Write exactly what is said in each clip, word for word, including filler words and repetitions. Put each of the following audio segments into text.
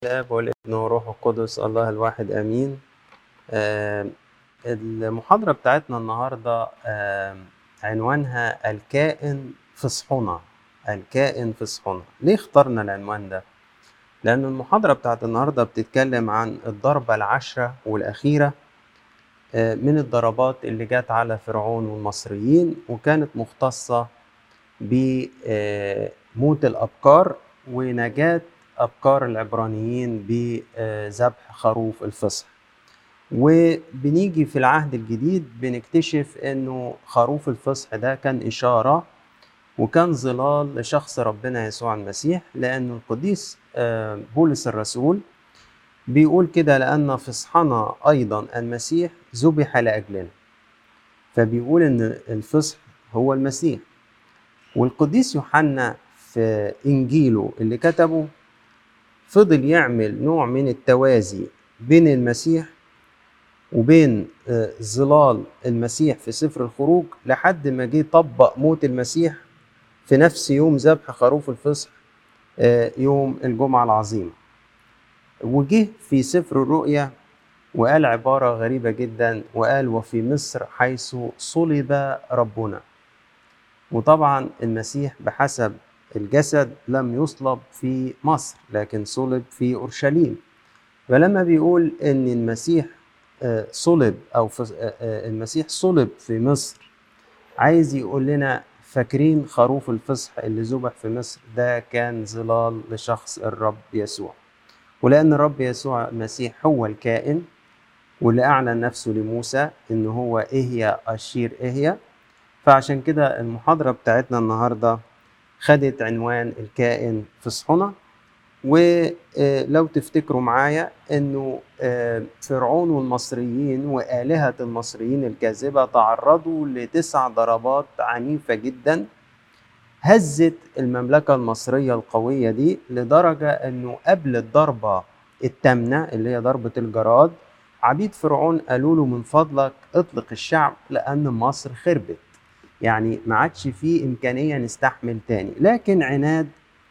الآب والابن والروح القدس الله الواحد آمين. آه المحاضرة بتاعتنا النهاردة آه عنوانها الكائن في صحنا. الكائن في صحنا. ليه اخترنا العنوان ده؟ لأن المحاضرة بتاعت النهاردة بتتكلم عن الضربة العشرة والأخيرة آه من الضربات اللي جات على فرعون والمصريين، وكانت مختصة بموت الأبكار ونجاة أبكار العبرانيين بذبح خروف الفصح. وبنيجي في العهد الجديد بنكتشف أنه خروف الفصح ده كان إشارة وكان ظلال لشخص ربنا يسوع المسيح، لأن القديس بولس الرسول بيقول كده: لأن فصحنا أيضا المسيح ذبح لأجلنا. فبيقول أن الفصح هو المسيح. والقديس يوحنا في إنجيله اللي كتبه فضل يعمل نوع من التوازي بين المسيح وبين ظلال المسيح في سفر الخروج، لحد ما جه طبق موت المسيح في نفس يوم ذبح خروف الفصح، يوم الجمعة العظيمة. وجه في سفر الرؤيا وقال عبارة غريبة جدا، وقال: وفي مصر حيث صلب ربنا. وطبعا المسيح بحسب الجسد لم يصلب في مصر، لكن صلب في أورشليم. فلما بيقول ان المسيح صلب او المسيح صلب في مصر، عايز يقول لنا: فاكرين خروف الفصح اللي ذبح في مصر ده كان ظلال لشخص الرب يسوع. ولأن الرب يسوع المسيح هو الكائن واللي أعلن نفسه لموسى إن هو إهيا أشير إهيا، فعشان كده المحاضرة بتاعتنا النهاردة خدت عنوان الكائن في صحنا. ولو تفتكروا معايا انه فرعون والمصريين وآلهة المصريين الكاذبة تعرضوا لتسع ضربات عنيفة جدا هزت المملكة المصرية القوية دي، لدرجة انه قبل الضربة الثامنة اللي هي ضربة الجراد، عبيد فرعون قالوا له: من فضلك اطلق الشعب لأن مصر خربت، يعني ما عادش فيه إمكانية نستحمل تاني. لكن عناد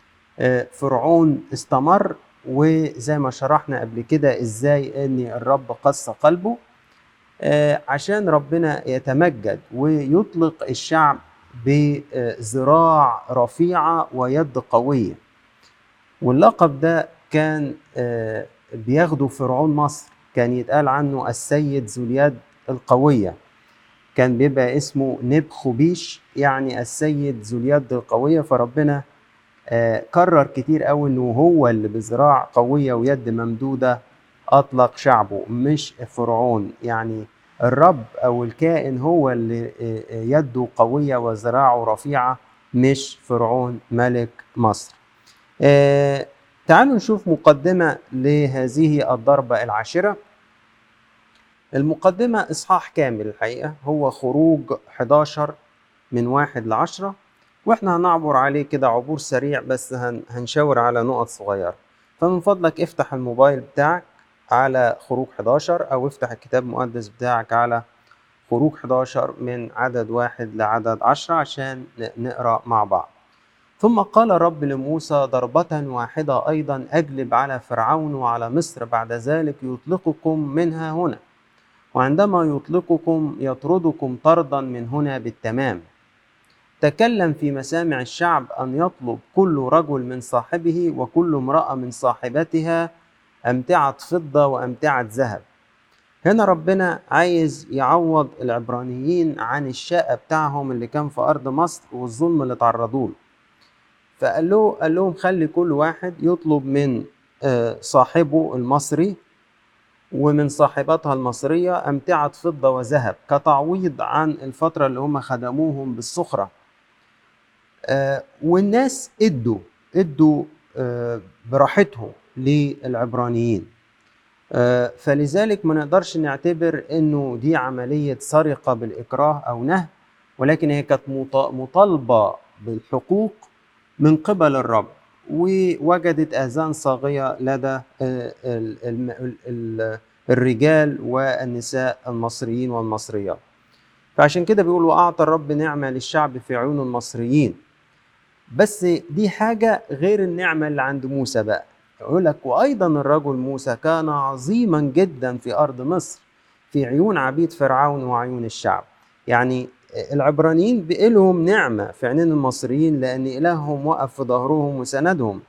فرعون استمر، وزي ما شرحنا قبل كده ازاي ان الرب قسى قلبه عشان ربنا يتمجد ويطلق الشعب بذراع رفيعة ويد قوية. واللقب ده كان بياخده فرعون مصر، كان يتقال عنه السيد ذو اليد القوية، كان بيبقى اسمه نبخوبيش، يعني السيد ذو اليد القوية. فربنا آه كرر كتير قوي انه هو اللي بذراع قوية ويد ممدودة اطلق شعبه، مش فرعون. يعني الرب او الكائن هو اللي آه يده قوية وذراعه رفيعة، مش فرعون ملك مصر. آه تعالوا نشوف مقدمة لهذه الضربة العاشرة. المقدمة اصحاح كامل الحقيقة، هو خروج حداشر من واحد لعشرة، واحنا هنعبر عليه كده عبور سريع، بس هن هنشاور على نقط صغيرة. فمن فضلك افتح الموبايل بتاعك على خروج حداشر، او افتح الكتاب المقدس بتاعك على خروج حداشر من عدد واحد لعدد عشرة عشان نقرأ مع بعض. ثم قال الرب لموسى: ضربة واحدة أيضا أجلب على فرعون وعلى مصر، بعد ذلك يطلقكم منها هنا، وعندما يطلقكم يطردكم طردا من هنا بالتمام. تكلم في مسامع الشعب أن يطلب كل رجل من صاحبه وكل امرأة من صاحبتها أمتعة فضة وأمتعة ذهب. هنا ربنا عايز يعوض العبرانيين عن الشقة بتاعهم اللي كان في أرض مصر والظلم اللي تعرضوا له. فقال له قال لهم: خلي كل واحد يطلب من صاحبه المصري ومن صاحبتها المصرية أمتعة فضة وذهب، كتعويض عن الفترة اللي هم خدموهم بالسخرة. آه والناس ادوا ادوا آه براحتهم للعبرانيين. آه فلذلك ما نقدرش نعتبر انه دي عملية سرقة بالإكراه او نهب، ولكن هي كانت مطالبة بالحقوق من قبل الرب، ووجدت آذان صاغية لدى الرجال والنساء المصريين والمصريات. فعشان كده بيقول: وأعطى الرب نعمة للشعب في عيون المصريين. بس دي حاجة غير النعمة اللي عند موسى بقى. يقول لك وأيضا الرجل موسى كان عظيما جدا في أرض مصر في عيون عبيد فرعون وعيون الشعب. يعني العبرانيين بقلهم نعمة في عينين المصريين لأن إلههم وقف في ظهرهم وسندهم.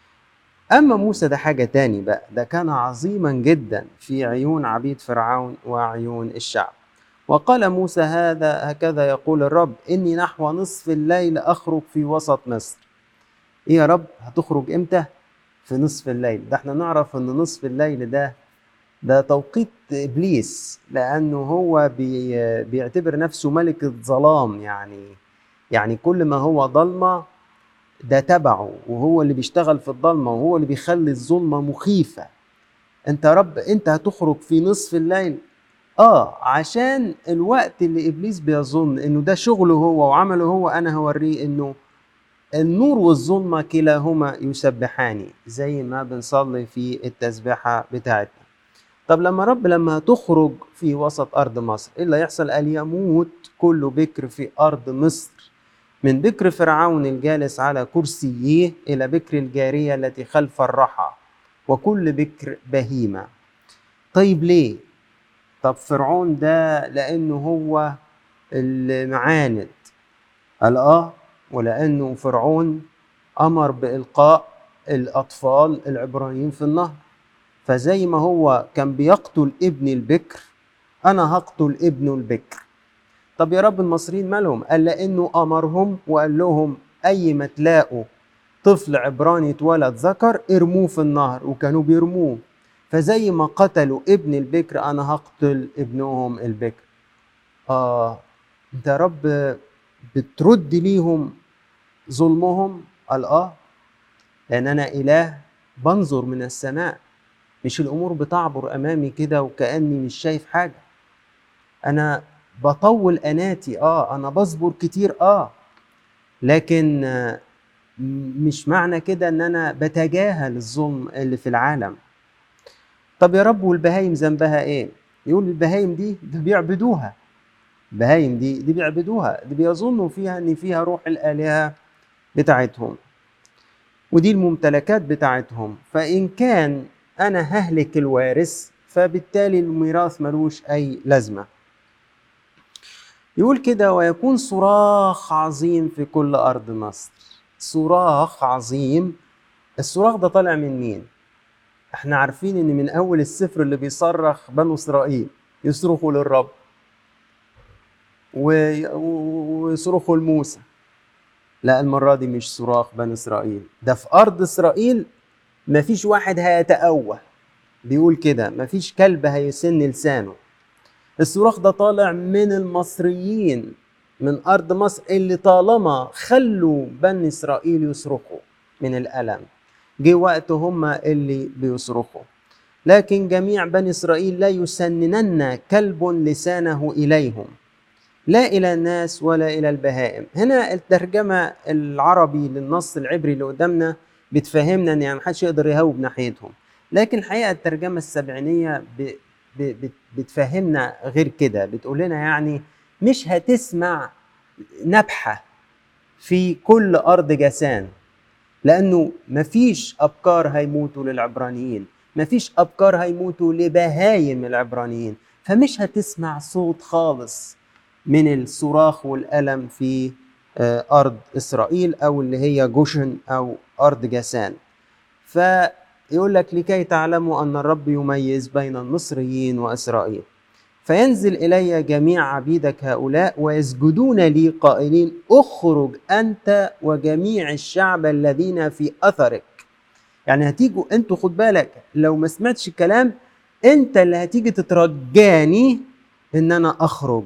أما موسى ده حاجة تاني بقى، ده كان عظيما جدا في عيون عبيد فرعون وعيون الشعب. وقال موسى هذا هكذا يقول الرب إني نحو نصف الليل أخرج في وسط مصر. إيه يا رب هتخرج إمتى؟ في نصف الليل. ده احنا نعرف إن نصف الليل ده ده توقيت إبليس، لأنه هو بي بيعتبر نفسه ملك الظلام. يعني يعني كل ما هو ضلمة ده تبعه، وهو اللي بيشتغل في الضلمة، وهو اللي بيخلي الظلمة مخيفة. انت يا رب انت هتخرج في نصف الليل؟ اه عشان الوقت اللي ابليس بيظن انه ده شغله هو وعمله هو، انا هوريه انه النور والظلمة كلاهما يسبحاني، زي ما بنصلي في التسبيحة بتاعتنا. طب لما رب لما تخرج في وسط أرض مصر إيه اللي يحصل؟ قال يموت كل بكر في أرض مصر، من بكر فرعون الجالس على كرسيه إلى بكر الجارية التي خلف الرحى وكل بكر بهيمة. طيب ليه؟ طب فرعون ده لأنه هو المعاند. قال آه ولأنه فرعون أمر بإلقاء الأطفال العبرانيين في النهر، فزي ما هو كان بيقتل ابن البكر أنا هقتل ابن البكر. طب يا رب المصريين مالهم؟ قال لأنه أمرهم وقال لهم أي ما تلاقوا طفل عبراني اتولد ذكر ارموه في النهر، وكانوا بيرموه. فزي ما قتلوا ابن البكر أنا هقتل ابنهم البكر. آه أنت يا رب بترد ليهم ظلمهم؟ قال آه لأن أنا إله بنظر من السماء، مش الأمور بتعبر أمامي كده وكأني مش شايف حاجة. أنا بطول أناتي، آه أنا بصبر كتير، آه لكن آه مش معنى كده أن أنا بتجاهل الظلم اللي في العالم. طب يا رب والبهايم ذنبها إيه؟ يقول البهايم دي ده بيعبدوها، البهايم دي دي بيعبدوها، دي بيظنوا فيها أن فيها روح الآلهة بتاعتهم، ودي الممتلكات بتاعتهم. فإن كان أنا ههلك الوارث فبالتالي الميراث ملوش أي لازمة. يقول كده ويكون صراخ عظيم في كل أرض مصر. صراخ عظيم، الصراخ ده طالع من مين؟ احنا عارفين ان من اول السفر اللي بيصرخ بنو اسرائيل يصرخوا للرب ويصرخوا لموسى. لا المرة دي مش صراخ بنو اسرائيل، ده في أرض إسرائيل مفيش واحد هيتأوه، بيقول كده مفيش كلب هيسن لسانه. الصراخ ده طالع من المصريين من أرض مصر اللي طالما خلوا بني إسرائيل يصرخوا من الألم، جه وقت هم اللي بيصرخوا. لكن جميع بني إسرائيل لا يسننن كلب لسانه إليهم، لا إلى الناس ولا إلى البهائم. هنا الترجمة العربي للنص العبري اللي قدامنا بتفهمنا أن يعني محدش يقدر يهوب ناحيتهم، لكن الحقيقة الترجمة السبعينية ب بتفهمنا غير كده، بتقول لنا يعني مش هتسمع نبحة في كل أرض جسان، لأنه مفيش أبكار هيموتوا للعبرانيين، مفيش أبكار هيموتوا لبهايم العبرانيين، فمش هتسمع صوت خالص من الصراخ والألم في أرض إسرائيل أو اللي هي جوشن أو أرض جسان. ف يقول لك لكي تعلموا أن الرب يميز بين المصريين وإسرائيل، فينزل إلي جميع عبيدك هؤلاء ويسجدون لي قائلين اخرج أنت وجميع الشعب الذين في أثرك. يعني هتيجوا أنتوا، خد بالك لو ما سمعتش الكلام أنت اللي هتيجي تترجاني إن أنا أخرج،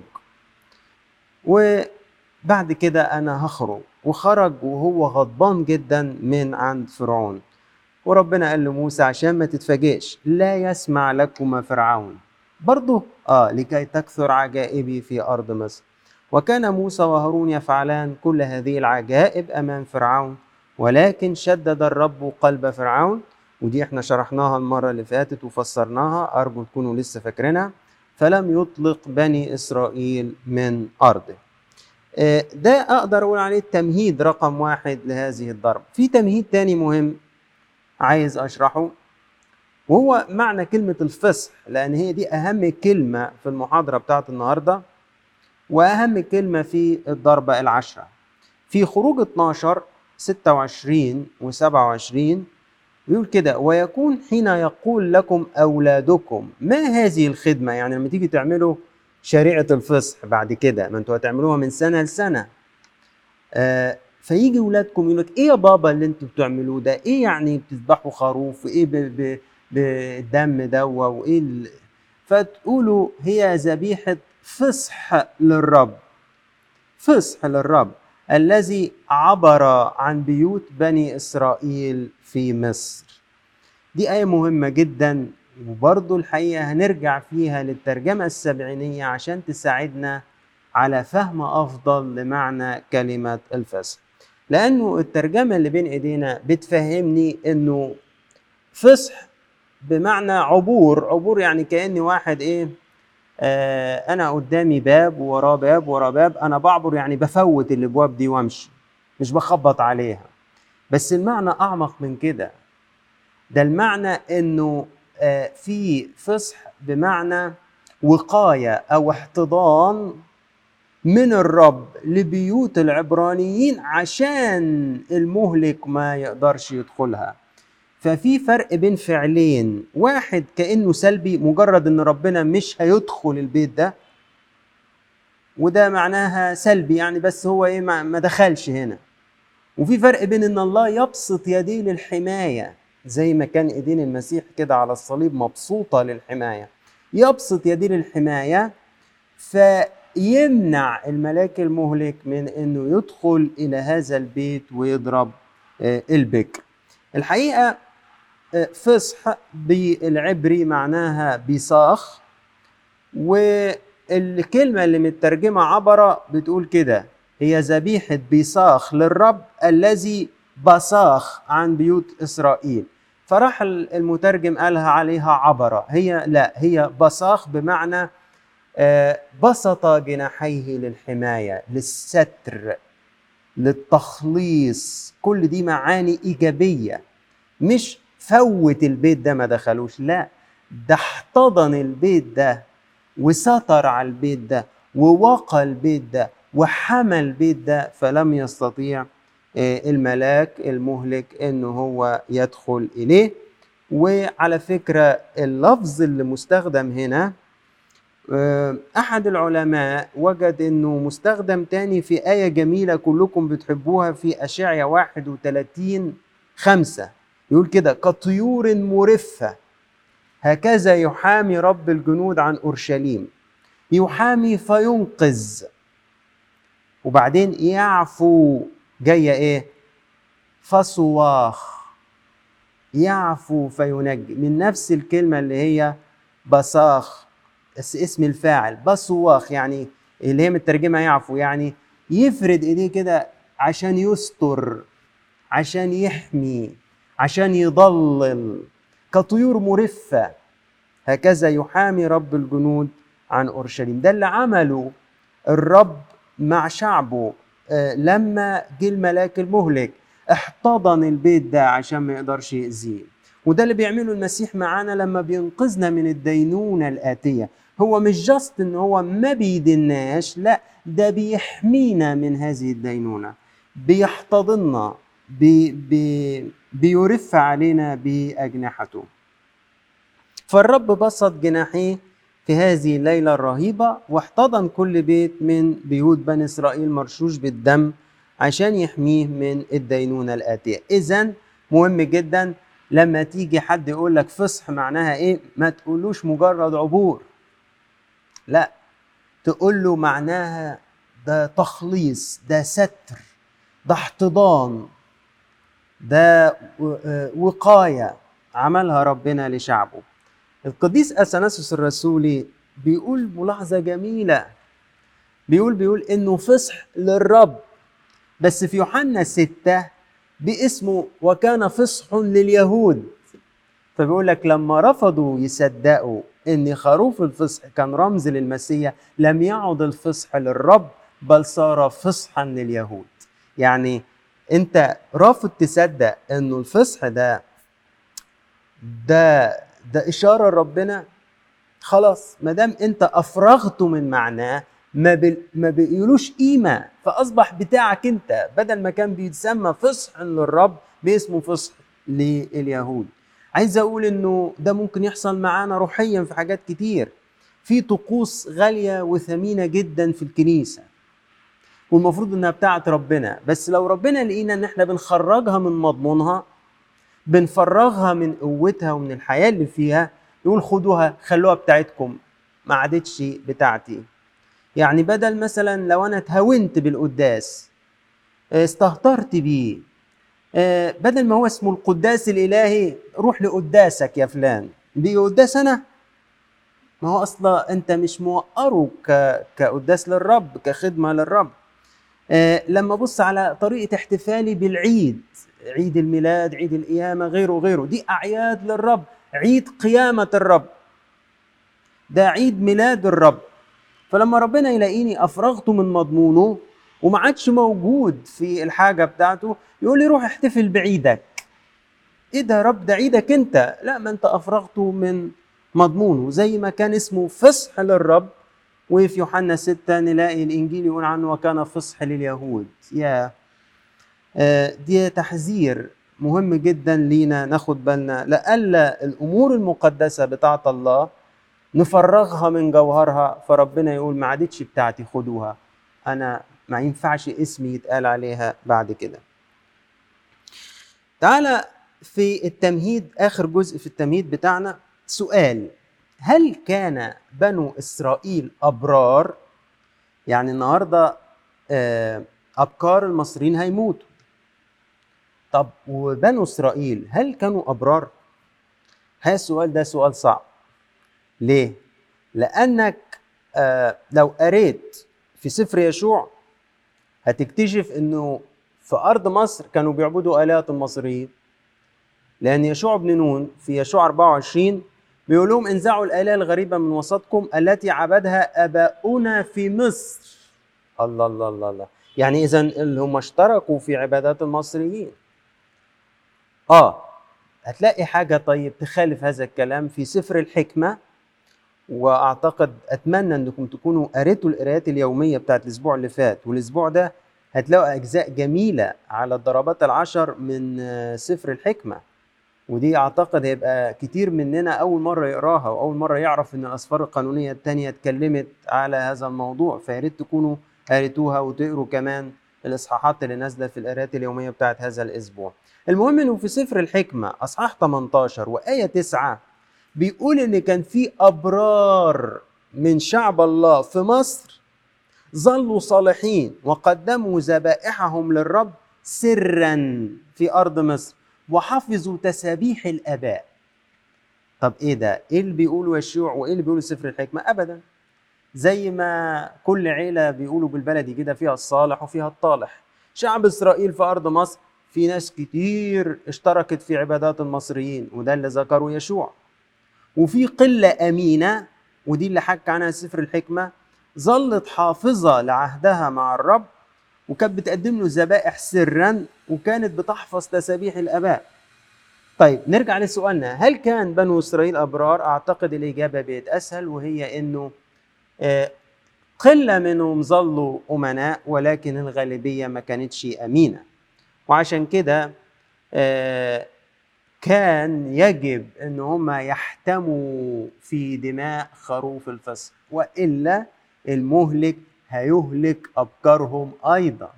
وبعد كده أنا هخرج. وخرج وهو غضبان جدا من عند فرعون. وربنا قال لموسى عشان ما تتفاجئش لا يسمع لكما فرعون برضه آه لكي تكثر عجائبي في أرض مصر. وكان موسى وهارون يفعلان كل هذه العجائب أمام فرعون، ولكن شدد الرب قلب فرعون، ودي احنا شرحناها المرة اللي فاتت وفسرناها، أرجو تكونوا لسه فاكرينها، فلم يطلق بني إسرائيل من أرضه. آه ده أقدر أقول عليه التمهيد رقم واحد لهذه الضرب. في تمهيد تاني مهم، عايز أشرحه، وهو معنى كلمة الفصح، لأن هي دي أهم كلمة في المحاضرة بتاعت النهاردة وأهم كلمة في الضربة العشرة. في خروج اتناشر ستة وعشرين و سبعة وعشرين يقول كده: ويكون حين يقول لكم أولادكم ما هذه الخدمة. يعني لما تيجي تعملوا شريعة الفصح بعد كده، ما انتوا هتعملوها من سنة لسنة، آه فيجي ولادكم يقول لك: ايه يا بابا اللي انتوا بتعملوه ده؟ ايه يعني بتذبحوا خروف؟ وايه بالدم ده؟ وايه ال... فتقولوا: هي ذبيحة فصح للرب، فصح للرب الذي عبر عن بيوت بني إسرائيل في مصر. دي آية مهمة جدا، وبرضو الحقيقة هنرجع فيها للترجمة السبعينية عشان تساعدنا على فهم أفضل لمعنى كلمة الفصح، لأنه الترجمة اللي بين إيدينا بتفهمني أنه فصح بمعنى عبور. عبور يعني كأني واحد إيه، آه أنا قدامي باب ووراه باب وراه باب، أنا بعبر يعني بفوت الأبواب دي وامشي، مش بخبط عليها. بس المعنى أعمق من كده، ده المعنى انه آه في فصح بمعنى وقاية او احتضان من الرب لبيوت العبرانيين عشان المهلك ما يقدرش يدخلها. ففي فرق بين فعلين، واحد كأنه سلبي، مجرد ان ربنا مش هيدخل البيت ده، وده معناها سلبي يعني، بس هو ايه، ما دخلش هنا. وفي فرق بين ان الله يبسط يديه للحماية، زي ما كان ايدين المسيح كده على الصليب مبسوطة للحماية، يبسط يديه للحماية فيمنع الملاك المهلك من انه يدخل الى هذا البيت ويضرب البكر. الحقيقة فصح بالعبري معناها بيصاخ، والكلمة اللي مترجمة عبر بتقول كده: هي ذبيحة بيصاخ للرب الذي بصاخ عن بيوت إسرائيل. فراح المترجم قالها عليها عبر، هي لا، هي بصاخ بمعنى بسط جناحيه للحماية، للستر، للتخليص. كل دي معاني إيجابية، مش فوت البيت ده ما دخلوش، لا، ده احتضن البيت ده وستر على البيت ده ووقى البيت ده وحمى البيت ده، فلم يستطيع الملاك المهلك انه هو يدخل اليه. وعلى فكرة اللفظ اللي مستخدم هنا، احد العلماء وجد انه مستخدم تاني في آية جميلة كلكم بتحبوها في أشعيا واحد وثلاثين خمسة، يقول كده: كطيور مرفة هكذا يحامي رب الجنود عن أورشليم، يحامي فينقذ، وبعدين يعفو، جاية ايه، فصواخ، يعفو فينجي، من نفس الكلمة اللي هي بصاخ، اسم الفاعل بصواخ، يعني اللي هي مترجمة يعفو، يعني يفرد ايديه كده عشان يستر، عشان يحمي، عشان يضلل. كطيور مرفة هكذا يحامي رب الجنود عن أورشليم. ده اللي عمله الرب مع شعبه لما جه الملاك المهلك، احتضن البيت ده عشان ما يقدرش يأذيه. وده اللي بيعمله المسيح معانا لما بينقذنا من الدينونة الآتية. هو مش جاست ان هو ما بيدناش، لا، ده بيحمينا من هذه الدينونة، بيحتضننا، بي بي بيرف علينا بأجنحته. فالرب بسط جناحيه في هذه الليلة الرهيبة واحتضن كل بيت من بيوت بني إسرائيل مرشوش بالدم عشان يحميه من الدينونة الآتية. إذن مهم جدا لما تيجي حد يقول لك فصح معناها إيه، ما تقولوش مجرد عبور، لا، تقول له معناها ده تخليص، ده ستر، ده احتضان، ده وقاية عملها ربنا لشعبه. القديس أثناسيوس الرسولي بيقول ملاحظة جميلة، بيقول بيقول إنه فصح للرب، بس في يوحنا ستة باسمه وكان فصح لليهود. فبيقول لك لما رفضوا يصدقوا إن خروف الفصح كان رمز للمسيح، لم يعد الفصح للرب بل صار فصحا لليهود. يعني أنت رافض تصدق إنه الفصح ده ده ده اشاره لربنا. خلاص ما دام انت افرغته من معناه ما بي ما بيقولوش قيمه، فاصبح بتاعك انت، بدل ما كان بيتسمى فصح للرب باسمه فصح لليهود. عايز اقول انه ده ممكن يحصل معانا روحيا في حاجات كتير. في طقوس غاليه وثمينه جدا في الكنيسه والمفروض انها بتاعت ربنا، بس لو ربنا لقينا ان احنا بنخرجها من مضمونها، بنفرغها من قوتها ومن الحياه اللي فيها، يقول خدوها خلوها بتاعتكم، ما عادتش بتاعتي. يعني بدل مثلا لو انا اتهونت بالقداس، استهترت بيه، بدل ما هو اسمه القداس الالهي، روح لقداسك يا فلان. دي قداس انا؟ ما هو اصلا انت مش موقره كقداس للرب، كخدمه للرب. آه لما ابص على طريقه احتفالي بالعيد، عيد الميلاد، عيد القيامه، غيره وغيره، دي اعياد للرب. عيد قيامه الرب، ده عيد ميلاد الرب. فلما ربنا يلاقيني افرغته من مضمونه وما عادش موجود في الحاجه بتاعته، يقول لي روح احتفل بعيدك. ايه ده يا رب؟ ده عيدك انت. لا، ما انت افرغته من مضمونه. زي ما كان اسمه فصح للرب، وفي يوحنا ستة نلاقي الانجيل يقول عنه وكان فصح لليهود. يا آه دي تحذير مهم جدا لينا ناخد بالنا، لألا الامور المقدسه بتاعه الله نفرغها من جوهرها، فربنا يقول ما عادتش بتاعتي، خدوها، انا ما ينفعش اسمي يتقال عليها بعد كده. تعالى في التمهيد، آخر جزء في التمهيد بتاعنا، سؤال: هل كان بنو إسرائيل أبرار؟ يعني النهاردة أبكار المصريين هيموتوا، طب وبنو إسرائيل هل كانوا أبرار؟ هذا السؤال ده سؤال صعب. ليه؟ لأنك لو قريت في سفر يشوع هتكتشف أنه في أرض مصر كانوا بيعبدوا آلهة المصريين. لأن يشوع بن نون في يشوع أربعة وعشرين بيقول لهم انزعوا الآلهة الغريبة من وسطكم التي عبدها آباؤنا في مصر. الله الله الله الله. يعني إذن اللي هم اشتركوا في عبادات المصريين. آه هتلاقي حاجة طيب تخالف هذا الكلام في سفر الحكمة، وأعتقد أتمنى أنكم تكونوا قريتوا القراءات اليومية بتاعت الأسبوع اللي فات والأسبوع ده، هتلاقوا أجزاء جميلة على الضربات العشر من سفر الحكمة. ودي اعتقد هيبقى كتير مننا اول مره يقراها واول مره يعرف ان الاسفار القانونيه الثانيه اتكلمت على هذا الموضوع، فياريت تكونوا قريتوها وتقروا كمان الاصحاحات اللي نازله في القراءات اليوميه بتاعت هذا الاسبوع. المهم انه في سفر الحكمه اصحاح ثمانية عشر وايه تسعة بيقول ان كان في ابرار من شعب الله في مصر ظلوا صالحين وقدموا ذبائحهم للرب سرا في ارض مصر وحفظوا تسابيح الآباء. طب ايه ده؟ ايه اللي بيقوله يشوع وايه اللي بيقوله سفر الحكمة؟ ابدا. زي ما كل عيلة بيقولوا بالبلدي كده فيها الصالح وفيها الطالح. شعب اسرائيل في ارض مصر في ناس كتير اشتركت في عبادات المصريين، وده اللي ذكره يشوع. وفي قلة امينة، ودي اللي حكى عنها سفر الحكمة، ظلت حافظة لعهدها مع الرب وكانت بتقدم له ذبائح سرا وكانت بتحفظ تسابيح الآباء. طيب نرجع لسؤالنا: هل كان بنو إسرائيل أبرار؟ أعتقد الإجابة بقت أسهل، وهي إنه قلة منهم ظلوا أمناء ولكن الغالبية ما كانتش أمينة. وعشان كده كان يجب إن هم يحتموا في دماء خروف الفصح، وإلا المهلك هيهلك أبكارهم أيضا.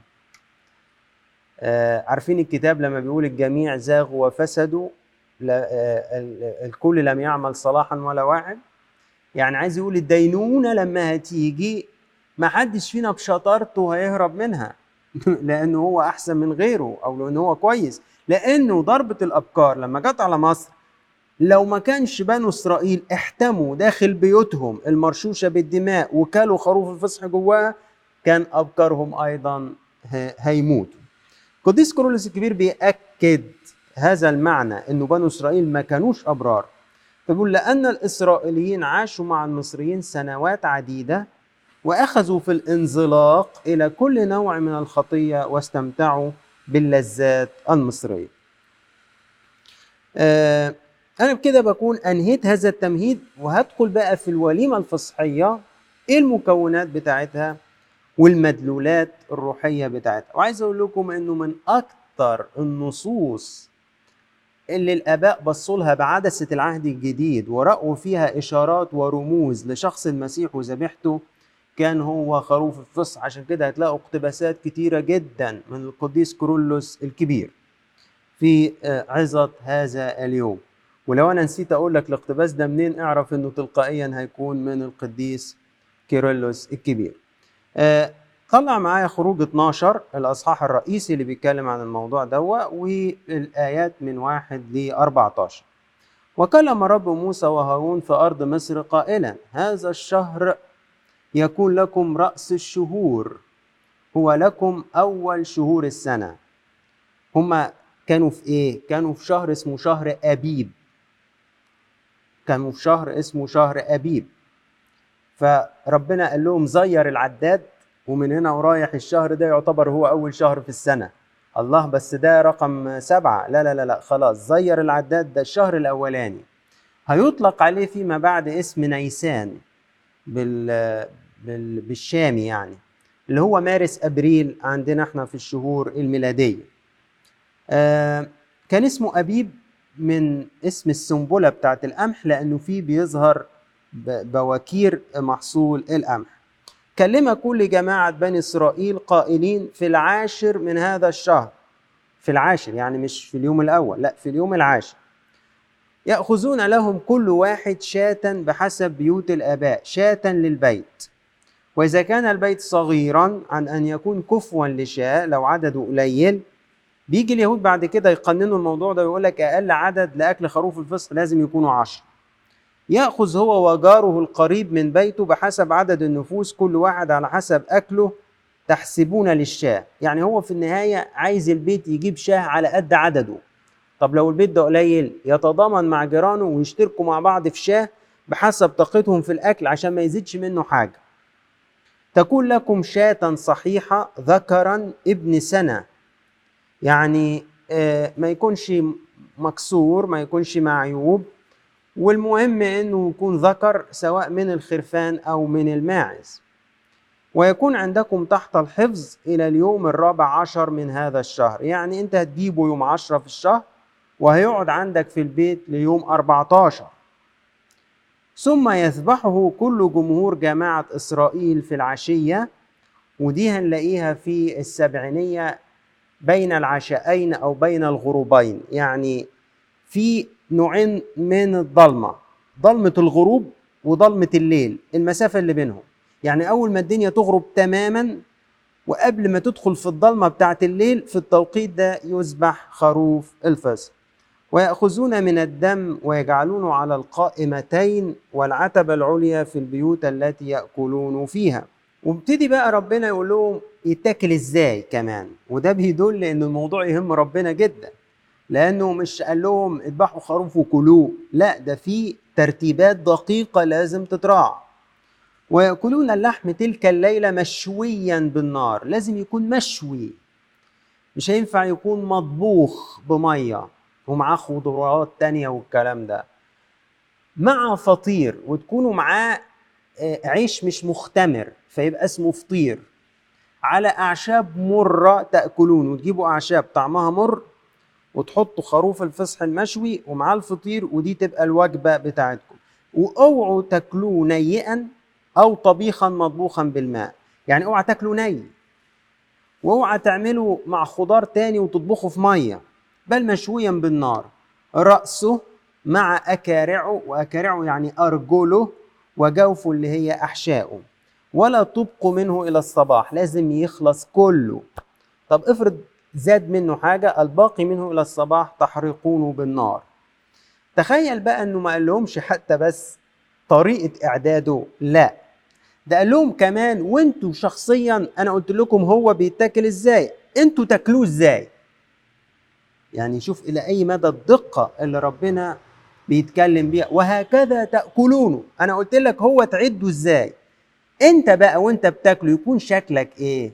آه عارفين الكتاب لما بيقول الجميع زاغوا وفسدوا، آه الكل لم يعمل صلاحا ولا واحد؟ يعني عايز يقول الدينونة لما هتيجي ما حدش فينا بشطارته هيهرب منها لأنه هو أحسن من غيره أو لأنه هو كويس. لأنه ضربة الأبكار لما جت على مصر، لو ما كانش بنو إسرائيل احتموا داخل بيوتهم المرشوشة بالدماء وكلوا خروف الفصح جواها، كان أبكارهم أيضا هيموتوا. قديس كيرلس الكبير بيأكد هذا المعنى، انه بنو اسرائيل ما كانوش ابرار. فبيقول لان الاسرائيليين عاشوا مع المصريين سنوات عديده واخذوا في الانزلاق الى كل نوع من الخطيه واستمتعوا باللذات المصريه. آه انا بكده بكون انهيت هذا التمهيد، وهدخل بقى في الوليمه الفصحيه، ايه المكونات بتاعتها والمدلولات الروحيه بتاعتها. وعايز اقول لكم انه من اكتر النصوص اللي الاباء بصوا لها بعدسه العهد الجديد ورأوا فيها اشارات ورموز لشخص المسيح وذبيحته كان هو خروف الفصح. عشان كده هتلاقوا اقتباسات كتيره جدا من القديس كيرلس الكبير في عظة هذا اليوم. ولو أنا نسيت أقول لك الاقتباس ده منين، اعرف إنه تلقائيا هيكون من القديس كيرلس الكبير. آه طلع معايا خروج اتناشر الأصحاح الرئيسي اللي بيتكلم عن الموضوع دوا، والآيات من واحد ل أربعتاشر. وكلم رب موسى وهارون في أرض مصر قائلا: هذا الشهر يكون لكم رأس الشهور، هو لكم أول شهور السنة. هما كانوا في ايه؟ كانوا في شهر اسمه شهر ابيب. كانوا في شهر اسمه شهر ابيب. فربنا قال لهم زير العداد، ومن هنا ورايح الشهر ده يعتبر هو اول شهر في السنة. الله، بس ده رقم سبعة. لا لا لا لا خلاص، زير العداد، ده الشهر الاولاني. هيطلق عليه فيما بعد اسم نيسان بال... بال... بالشامي، يعني اللي هو مارس ابريل عندنا احنا في الشهور الميلادية. آه كان اسمه أبيب من اسم السنبلة بتاعت القمح، لأنه فيه بيظهر بواكير محصول القمح. كلم كل جماعة بني إسرائيل قائلين: في العاشر من هذا الشهر، في العاشر يعني مش في اليوم الأول، لا في اليوم العاشر، يأخذون لهم كل واحد شاة بحسب بيوت الآباء، شاة للبيت. وإذا كان البيت صغيرا عن أن يكون كفوا لشاة، لو عدده قليل، بيجي اليهود بعد كده يقننوا الموضوع ده ويقول لك اقل عدد لاكل خروف الفصح لازم يكونوا عشرة. ياخذ هو وجاره القريب من بيته بحسب عدد النفوس، كل واحد على حسب اكله تحسبون للشاه. يعني هو في النهايه عايز البيت يجيب شاه على قد عدده. طب لو البيت ده قليل، يتضامن مع جيرانه ويشتركوا مع بعض في شاه بحسب طاقتهم في الاكل عشان ما يزيدش منه حاجه. تكون لكم شاة صحيحه ذكرا ابن سنه، يعني ما يكونش مكسور، ما يكونش معيوب، والمهم انه يكون ذكر سواء من الخرفان او من الماعز. ويكون عندكم تحت الحفظ الى اليوم الرابع عشر من هذا الشهر. يعني انت هتجيبه يوم عشرة في الشهر وهيقعد عندك في البيت ليوم أربعتاشر. ثم يذبحه كل جمهور جماعة إسرائيل في العشية. ودي هنلاقيها في السبعينية بين العشاءين أو بين الغروبين. يعني في نوعين من الضلمة: ضلمة الغروب وضلمة الليل، المسافة اللي بينهم. يعني أول ما الدنيا تغرب تماما وقبل ما تدخل في الضلمة بتاعت الليل، في التوقيت ده يذبح خروف الفصح. ويأخذون من الدم ويجعلونه على القائمتين والعتبة العليا في البيوت التي يأكلون فيها. وابتدي بقى ربنا يقول لهم يتاكل ازاي كمان، وده بيدل ان الموضوع يهم ربنا جدا، لانه مش قال لهم اذبحوا خروف وكلوه، لا ده في ترتيبات دقيقة لازم تتراعى. ويأكلون اللحم تلك الليلة مشويا بالنار، لازم يكون مشوي، مش هينفع يكون مطبوخ بمية ومعاه خضروات تانية والكلام ده، مع فطير، وتكونوا معاه عيش مش مختمر فيبقى اسمه فطير، على أعشاب مرة تأكلون. وتجيبوا أعشاب طعمها مر وتحطوا خروف الفصح المشوي ومع الفطير، ودي تبقى الوجبة بتاعتكم. واوعوا تاكلوه نيئا أو طبيخا مطبوخا بالماء، يعني اوعى تاكلوا ني، واوعى تعملوا مع خضار تاني وتطبخوا في مية، بل مشويا بالنار، رأسه مع أكارعه، وأكارعه يعني أرجله، وجوفه اللي هي أحشائه، ولا تبقوا منه إلى الصباح، لازم يخلص كله. طب افرض زاد منه حاجة، الباقي منه إلى الصباح تحرقونه بالنار. تخيل بقى أنه ما قال لهمش حتى بس طريقة إعداده، لا ده قال لهم كمان وانتوا شخصيا أنا قلت لكم هو بيتاكل إزاي، انتوا تاكلوه إزاي. يعني شوف إلى أي مدى الدقة اللي ربنا بيتكلم بيها. وهكذا تأكلونه، أنا قلت لك هو تعده إزاي، انت بقى وانت بتاكله يكون شكلك ايه.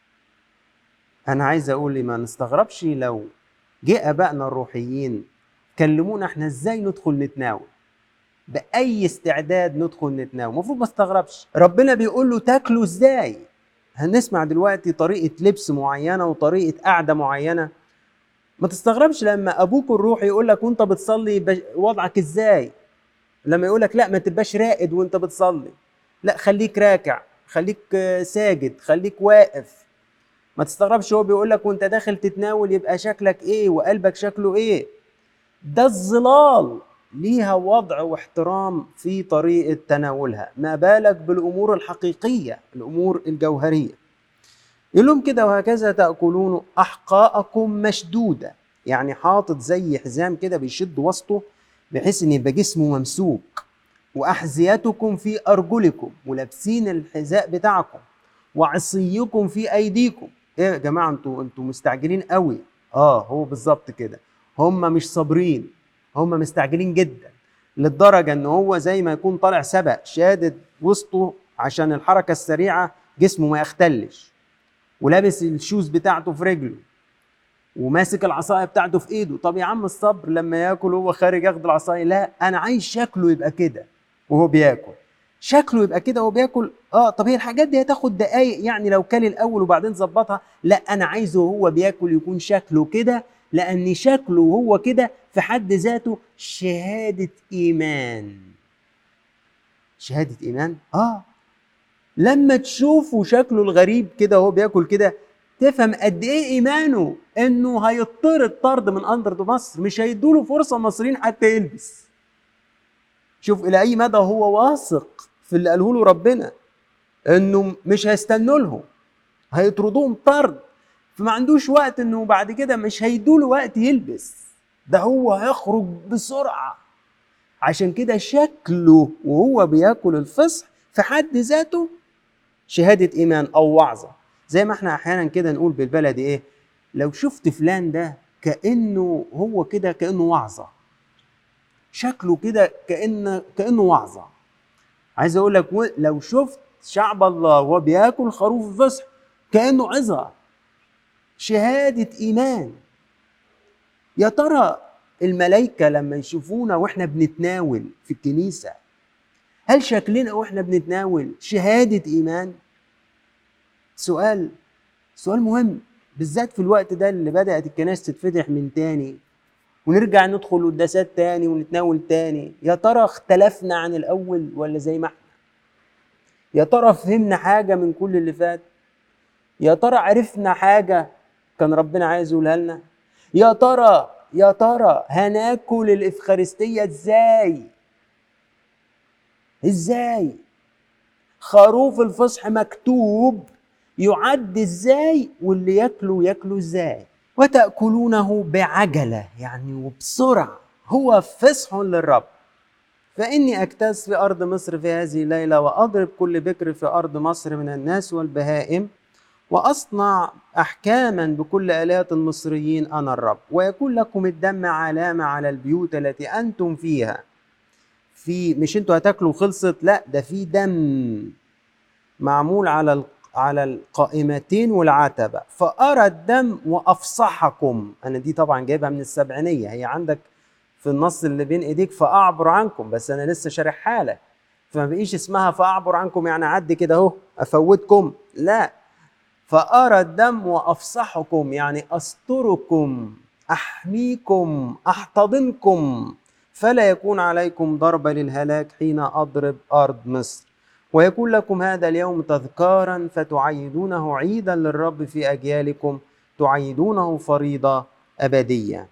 انا عايز اقول لي ما نستغربش لو جاء ابائنا الروحيين كلمونا احنا ازاي ندخل نتناول، باي استعداد ندخل نتناول. المفروض ما استغربش، ربنا بيقول له تاكلوا ازاي. هنسمع دلوقتي طريقه لبس معينه وطريقه قعده معينه، ما تستغربش لما ابوك الروحي يقول لك وانت بتصلي وضعك ازاي، لما يقول لك لا ما تبقاش راقد وانت بتصلي، لا خليك راكع، خليك ساجد، خليك واقف. ما تستغربش هو بيقول لك وانت داخل تتناول يبقى شكلك ايه وقلبك شكله ايه. ده الظلال ليها وضع واحترام في طريقة تناولها، ما بالك بالأمور الحقيقية، الأمور الجوهرية. يقول لهم كده وهكذا تأكلون أحقاءكم مشدودة، يعني حاطط زي حزام كده بيشد وسطه بحيث ان يبقى جسمه ممسوك، وأحذيتكم في أرجلكم، ولابسين الحذاء بتاعكم، وعصيكم في أيديكم. ايه يا جماعة انتوا انتوا مستعجلين قوي. اه هو بالظبط كده، هم مش صابرين، هم مستعجلين جدا للدرجة ان هو زي ما يكون طالع سبق شادد وسطه عشان الحركة السريعة جسمه ما يختلش، ولابس الشوز بتاعته في رجله، وماسك العصاية بتاعته في ايده. طب يا عم الصبر، لما ياكل هو خارج ياخد العصاية؟ لا، انا عايز شكله يبقى كده وهو بياكل، شكله يبقى كده وهو بياكل. اه طب هي الحاجات دي هتاخد دقايق يعني لو كان الاول وبعدين ظبطها؟ لا، انا عايزه وهو بياكل يكون شكله كده، لان شكله وهو كده في حد ذاته شهادة ايمان. شهادة ايمان. اه لما تشوفوا شكله الغريب كده وهو بياكل كده تفهم قد ايه ايمانه، انه هيطرد طرد من اندر مصر، مش هيدوله فرصة مصريين حتى يلبس. شوف الى اي مدى هو واثق في اللي قاله له ربنا، انه مش هيستنوا لهم، هيطردوهم طرد، فما عندوش وقت انه بعد كده مش هيدوله وقت يلبس، ده هو هيخرج بسرعة. عشان كده شكله وهو بياكل الفصح في حد ذاته شهادة ايمان او وعظة. زي ما احنا احيانا كده نقول بالبلدي ايه، لو شفت فلان ده كأنه هو كده كأنه وعظة، شكله كده كأنه كأنه وعظة. عايز اقول لك لو شفت شعب الله وهو بياكل خروف الفصح كأنه عظة، شهادة ايمان. يا ترى الملائكة لما يشوفونا واحنا بنتناول في الكنيسة، هل شكلنا واحنا بنتناول شهادة ايمان؟ سؤال سؤال مهم، بالذات في الوقت ده اللي بدأت الكنائس تتفتح من تاني ونرجع ندخل قداسات تاني ونتناول تاني. يا ترى اختلفنا عن الأول ولا زي ما احنا؟ يا ترى فهمنا حاجة من كل اللي فات؟ يا ترى عرفنا حاجة كان ربنا عايز يقولها لنا؟ يا ترى يا ترى هناكل الإفخارستية ازاي؟ ازاي؟ خروف الفصح مكتوب يعد ازاي، واللي ياكله ياكله ازاي. وتأكلونه بعجلة، يعني وبسرعة، هو فصح للرب. فإني أجتاز في أرض مصر في هذه الليلة، وأضرب كل بكر في أرض مصر من الناس والبهائم، وأصنع أحكاما بكل آلهة المصريين، أنا الرب. ويكون لكم الدم علامة على البيوت التي أنتم فيها. في مش أنتوا هتاكلوا خلصت، لا، ده في دم معمول على على القائمتين والعتبة. فأرى الدم وأفصحكم. أنا دي طبعا جايبها من السبعينية، هي عندك في النص اللي بين إيديك فأعبر عنكم، بس أنا لسه شارح حالة، فما بقيش اسمها فأعبر عنكم يعني عدي كده أهو أفوتكم، لا، فأرى الدم وأفصحكم يعني أستركم، أحميكم، أحتضنكم، فلا يكون عليكم ضربة للهلاك حين أضرب أرض مصر. ويكون لكم هذا اليوم تذكارا، فتعيدونه عيدا للرب في أجيالكم، تعيدونه فريضة أبدية.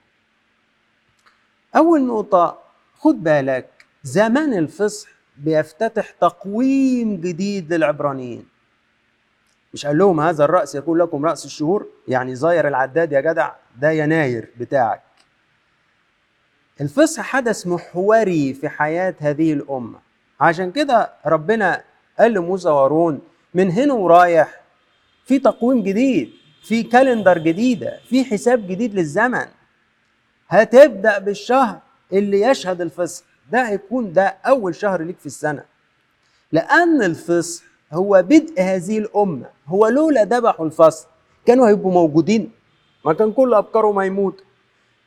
أول نقطة خد بالك، زمان الفصح بيفتتح تقويم جديد للعبرانيين. مش قال لهم هذا الرأس يكون لكم رأس الشهور، يعني زاير العداد يا جدع، ده يناير بتاعك. الفصح حدث محوري في حياة هذه الأمة، عشان كده ربنا قال لموسى وهارون من هنا ورايح في تقويم جديد، في كالندر جديدة، في حساب جديد للزمن. هتبدأ بالشهر اللي يشهد الفصح، ده هيكون ده أول شهر ليك في السنة، لأن الفصح هو بدء هذه الأمة. هو لولا ذبحوا الفصح كانوا هيبقوا موجودين، ما كان كل أبكارهم هيموت.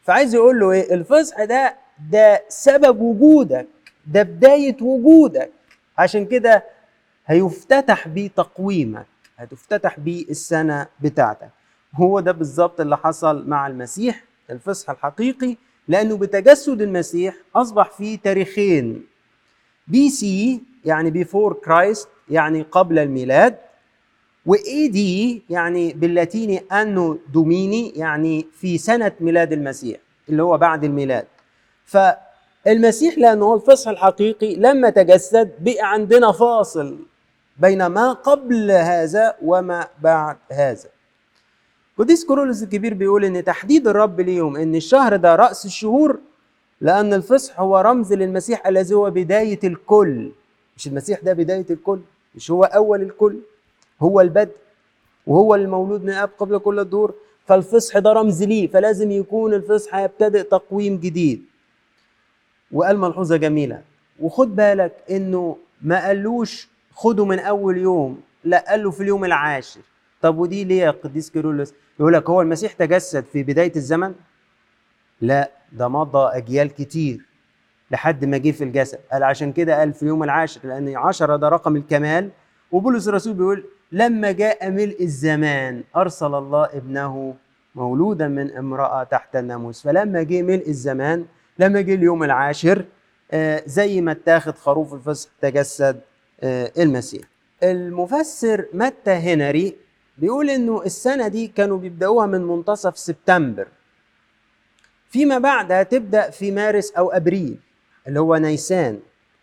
فعايز يقول له ايه؟ الفصح ده ده سبب وجودك، ده بداية وجودك، عشان كده هيفتتح بيه تقويمك، هتفتتح بيه السنة بتاعتك. هو ده بالظبط اللي حصل مع المسيح، الفصح الحقيقي، لأنه بتجسد المسيح أصبح فيه تاريخين، بي سي يعني بيفور كرايست يعني قبل الميلاد، واي دي يعني باللاتيني انو دوميني يعني في سنة ميلاد المسيح اللي هو بعد الميلاد. فالمسيح لأنه هو الفصح الحقيقي لما تجسد بقى عندنا فاصل بين ما قبل هذا وما بعد هذا. قديس كورولوس الكبير بيقول ان تحديد الرب ليهم ان الشهر ده رأس الشهور، لأن الفصح هو رمز للمسيح الذي هو بداية الكل. مش المسيح ده بداية الكل؟ مش هو أول الكل؟ هو البدء وهو المولود من أب قبل كل الدور. فالفصح ده رمز ليه، فلازم يكون الفصح يبتدئ تقويم جديد. وقال ملحوظة جميلة، وخد بالك إنه ما قالوش خده من أول يوم، لا قال له في اليوم العاشر. طب ودي ليه يا قديس كيرلس؟ يقول لك هو المسيح تجسد في بداية الزمن؟ لا، ده مضى أجيال كتير لحد ما جه في الجسد. قال عشان كده قال في اليوم العاشر، لأن عشرة ده رقم الكمال. وبولس الرسول بيقول لما جاء ملء الزمان أرسل الله ابنه مولودا من امرأة تحت الناموس. فلما جه ملء الزمان، لما جه اليوم العاشر، آه زي ما اتاخد خروف الفصح تجسد آه المسيح. المفسر متى هنري بيقول انه السنة دي كانوا بيبدأوها من منتصف سبتمبر، فيما بعد هتبدأ في مارس أو أبريل اللي هو نيسان.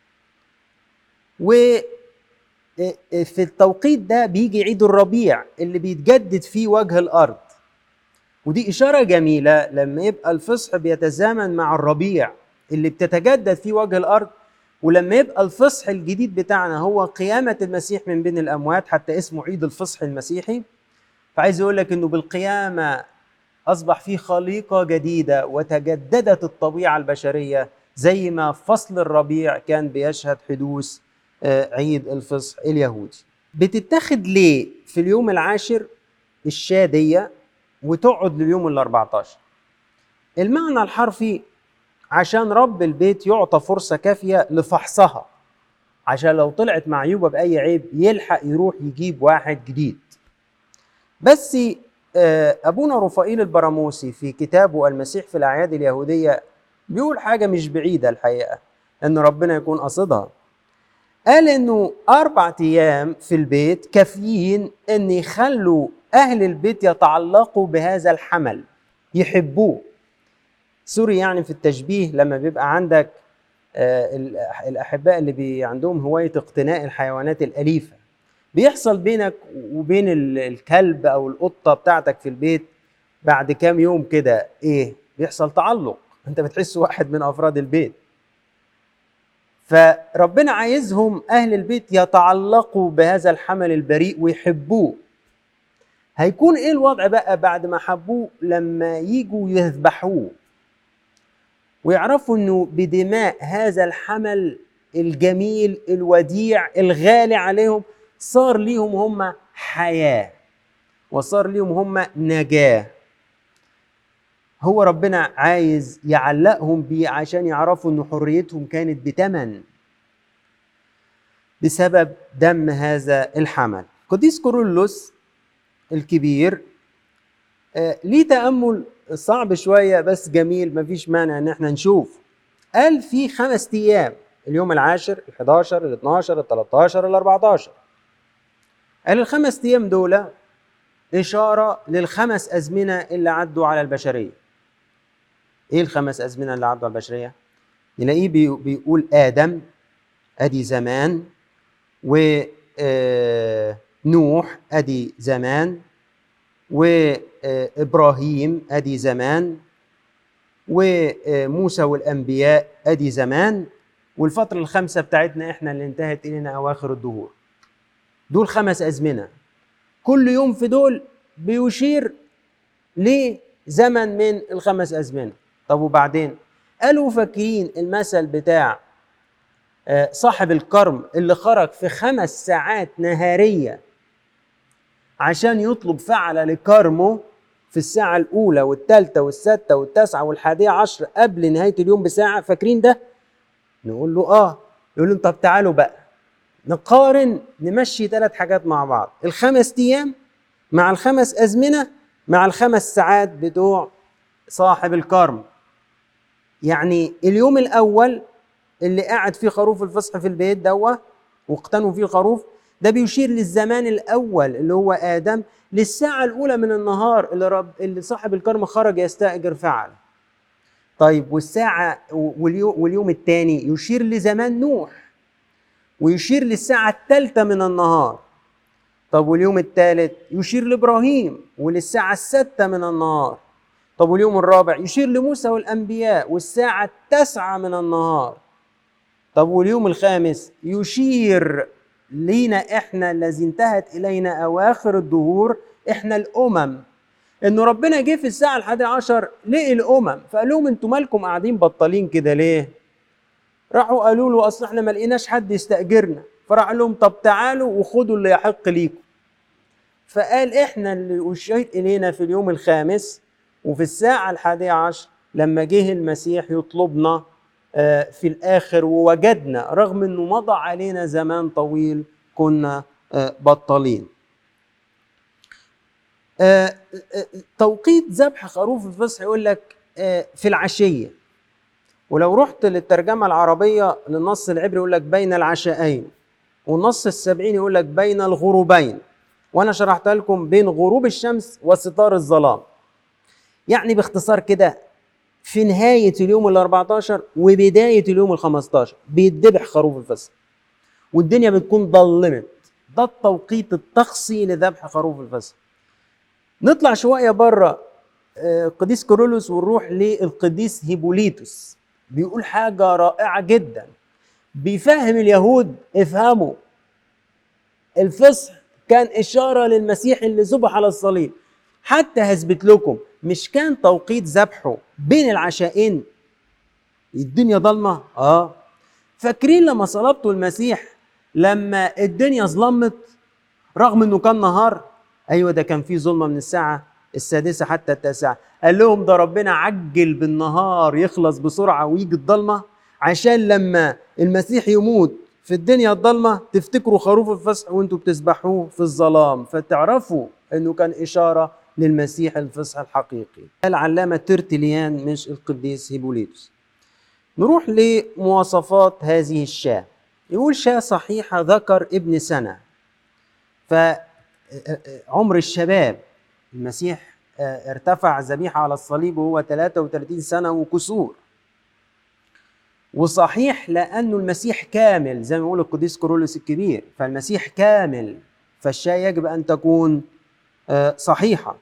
وفي التوقيت ده بيجي عيد الربيع اللي بيتجدد فيه وجه الأرض، ودي إشارة جميلة لما يبقى الفصح بيتزامن مع الربيع اللي بتتجدد فيه وجه الأرض. ولما يبقى الفصح الجديد بتاعنا هو قيامة المسيح من بين الأموات، حتى اسمه عيد الفصح المسيحي. فعايز يقول لك إنه بالقيامة أصبح فيه خليقة جديدة وتجددت الطبيعة البشرية، زي ما فصل الربيع كان بيشهد حدوث عيد الفصح اليهودي. بتتخذ ليه في اليوم العاشر الشادية وتقعد لليوم الأربعتاشر؟ المعنى الحرفي عشان رب البيت يعطى فرصة كافية لفحصها، عشان لو طلعت معيوبة بأي عيب يلحق يروح يجيب واحد جديد. بس أبونا رفائيل البراموسي في كتابه المسيح في الأعياد اليهودية بيقول حاجة مش بعيدة الحقيقة أن ربنا يكون قصدها. قال إنه أربع أيام في البيت كافيين أن يخلوا أهل البيت يتعلقوا بهذا الحمل، يحبوه. سوري يعني في التشبيه، لما بيبقى عندك الأحباء اللي بي عندهم هواية اقتناء الحيوانات الأليفة، بيحصل بينك وبين الكلب أو القطة بتاعتك في البيت بعد كام يوم كده إيه؟ بيحصل تعلق، أنت بتحس واحد من أفراد البيت. فربنا عايزهم أهل البيت يتعلقوا بهذا الحمل البريء ويحبوه. هيكون إيه الوضع بقى بعد ما حبوه لما يجوا يذبحوه ويعرفوا أنه بدماء هذا الحمل الجميل الوديع الغالي عليهم صار ليهم هم حياة وصار ليهم هم نجاة؟ هو ربنا عايز يعلقهم بيه عشان يعرفوا أن حريتهم كانت بتمن بسبب دم هذا الحمل. قديس كورولوس الكبير آه ليه تأمل صعب شوية بس جميل، مفيش مانع ان احنا نشوف. قال في خمس ايام، اليوم العاشر، الحداشر، الاثناشر، التلاتاشر، الاربعتاشر. قال الخمس ايام دول اشارة للخمس ازمنة اللي عدوا على البشرية. ايه الخمس ازمنة اللي عدوا على البشرية؟ نلاقيه بيقول آدم ادي زمان، ونوح ادي زمان، وإبراهيم أدي زمان، وموسى والأنبياء أدي زمان، والفترة الخمسة بتاعتنا إحنا اللي انتهت إلينا أواخر الدهور. دول خمس أزمنة، كل يوم في دول بيشير لزمن من الخمس أزمنة. طب وبعدين؟ قالوا فاكرين المثل بتاع صاحب الكرم اللي خرج في خمس ساعات نهارية عشان يطلب فعل لكرمه، في الساعة الأولى والثالثة والسادسة والتاسعة والحادية عشر قبل نهاية اليوم بساعة، فاكرين ده؟ نقول له آه. يقول له طب تعالوا بقى نقارن، نمشي ثلاث حاجات مع بعض، الخمس أيام مع الخمس أزمنة مع الخمس ساعات بتوع صاحب الكرم. يعني اليوم الأول اللي قاعد فيه خروف الفصح في البيت دوا واقتنوا فيه الخروف، ده بيشير للزمان الأول اللي هو آدم، للساعة الأولى من النهار اللي, رب اللي صاحب الكرم خرج يستأجر فعل. طيب والساعة واليوم, واليوم الثاني يشير لزمان نوح ويشير للساعة الثالثة من النهار. طب واليوم الثالث يشير لإبراهيم وللساعة السادسة من النهار. طب واليوم الرابع يشير لموسى والأنبياء والساعة التاسعة من النهار. طب واليوم الخامس يشير لينا احنا الذي انتهت الينا اواخر الدهور، احنا الامم، انه ربنا جه في الساعه الحادية عشر لقي الامم، فقال لهم انتوا مالكم قاعدين بطالين كده ليه؟ راحوا قالوا له اصل احنا ما لقيناش حد يستاجرنا، فراح قال لهم طب تعالوا وخدوا اللي يحق ليكم. فقال احنا اللي اشير الينا في اليوم الخامس وفي الساعه الحادية عشر لما جه المسيح يطلبنا في الآخر، ووجدنا رغم أنه مضى علينا زمان طويل كنا بطلين. توقيت ذبح خروف الفصح يقول لك في العشية، ولو رحت للترجمة العربية للنص العبري يقول لك بين العشاءين، والنص السبعين يقول لك بين الغروبين، وأنا شرحت لكم بين غروب الشمس وستار الظلام. يعني باختصار كده في نهاية اليوم الأربعتاشر وبداية اليوم الخمستاشر بيتذبح خروف الفصح والدنيا بتكون ضلمت. ده التوقيت الطقسي لذبح خروف الفصح. نطلع شوية بره قديس كيرلس ونروح للقديس هيبوليتوس، بيقول حاجة رائعة جدا، بيفهم اليهود افهموا الفصح كان إشارة للمسيح اللي ذبح على الصليب. حتى هثبت لكم، مش كان توقيت ذبحه بين العشاءين الدنيا ضلمه؟ اه. فاكرين لما صلبتوا المسيح لما الدنيا ظلمت رغم انه كان نهار؟ ايوه ده كان فيه ظلمه من الساعه السادسه حتى التاسعه. قال لهم ده ربنا عجل بالنهار يخلص بسرعه ويجي الضلمه عشان لما المسيح يموت في الدنيا الضلمه تفتكروا خروف الفصح وانتوا بتسبحوه في الظلام، فتعرفوا انه كان اشاره للمسيح الفصح الحقيقي. العلامة ترتليان مش القديس هيبوليتوس. نروح لمواصفات هذه الشاة. يقول شاة صحيحة ذكر ابن سنة، فعمر الشباب. المسيح ارتفع ذبيحة على الصليب وهو ثلاثة وثلاثين سنة وكسور. وصحيح لأنه المسيح كامل زي ما يقول القديس كيرلس الكبير، فالمسيح كامل، فالشاة يجب أن تكون صحيحة.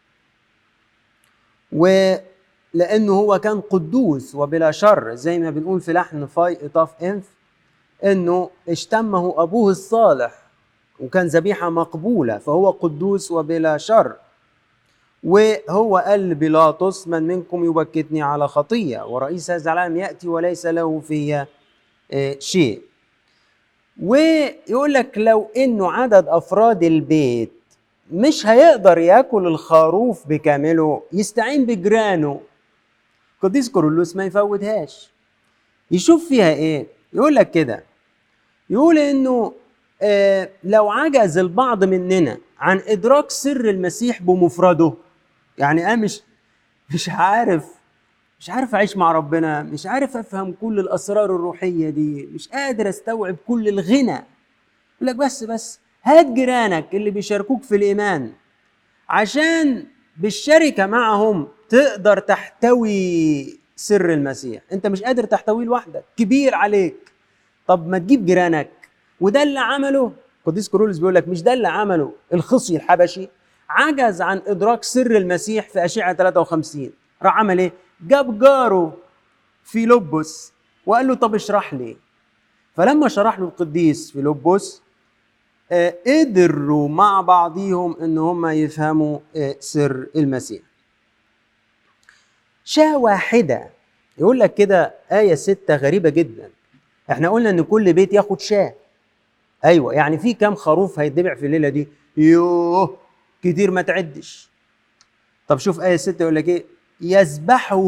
ولأنه هو كان قدوس وبلا شر زي ما بنقول في لحن فاي إطاف إنف، أنه اشتمه أبوه الصالح وكان ذبيحة مقبولة، فهو قدوس وبلا شر. وهو قال بيلاطس من منكم يبكتني على خطية، ورئيس هذا العالم يأتي وليس له فيها شيء. ويقول لك لو أنه عدد أفراد البيت مش هيقدر ياكل الخروف بكامله يستعين بجيرانه. قديس كيرلس ما يفوتهاش، يشوف فيها ايه. يقول لك كده، يقول انه آه لو عجز البعض مننا عن ادراك سر المسيح بمفرده، يعني انا مش مش عارف مش عارف اعيش مع ربنا، مش عارف افهم كل الاسرار الروحيه دي، مش قادر استوعب كل الغنى. يقول لك بس بس هات جيرانك اللي بيشاركوك في الإيمان عشان بالشركة معهم تقدر تحتوي سر المسيح. انت مش قادر تحتويه لوحدك، كبير عليك، طب ما تجيب جيرانك. وده اللي عمله قديس كيرلس، بيقول لك مش ده اللي عمله الخصي الحبشي، عجز عن إدراك سر المسيح في أشعة ثلاثة وخمسين، راح عمل ايه؟ جاب جاره فيلبس وقال له طب اشرح لي. فلما شرح له القديس فيلبس قدروا مع بعضهم ان هم يفهموا سر المسيح. شاة واحدة. يقول لك كده آية ستة غريبة جدا، احنا قلنا ان كل بيت ياخد شاة. ايوه يعني في كام خروف هيتذبح في الليلة دي؟ يوه كتير ما تعدش. طب شوف آية ستة يقول لك إيه؟ يذبحه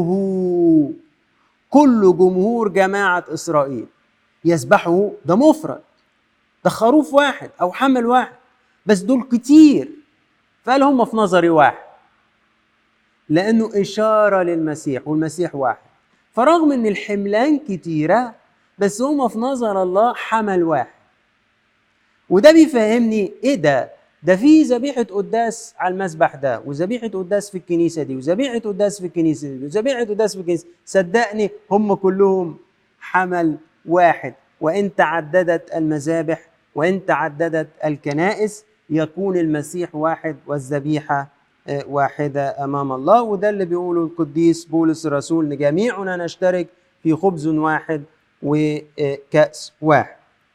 كل جمهور جماعة إسرائيل. يذبحه ده مفرد، ده خروف واحد أو حمل واحد، بس دول كتير، فقال هم في نظري واحد، لأنه إشارة للمسيح والمسيح واحد. فرغم أن الحملان كتيرة بس هم في نظر الله حمل واحد. وده بيفهمني إيه ده؟ ده في ذبيحة قداس على المذبح ده، وذبيحة قداس في الكنيسة دي، وذبيحة قداس في الكنيسة دي، وذبيحة قداس في الكنيسة. صدقني هم كلهم حمل واحد. وإن تعددت المذابح وإن تعددت الكنائس يكون المسيح واحد والذبيحة واحدة أمام الله. وده اللي بيقوله القديس بولس الرسول، إن جميعنا نشترك في خبز واحد وكأس واحد.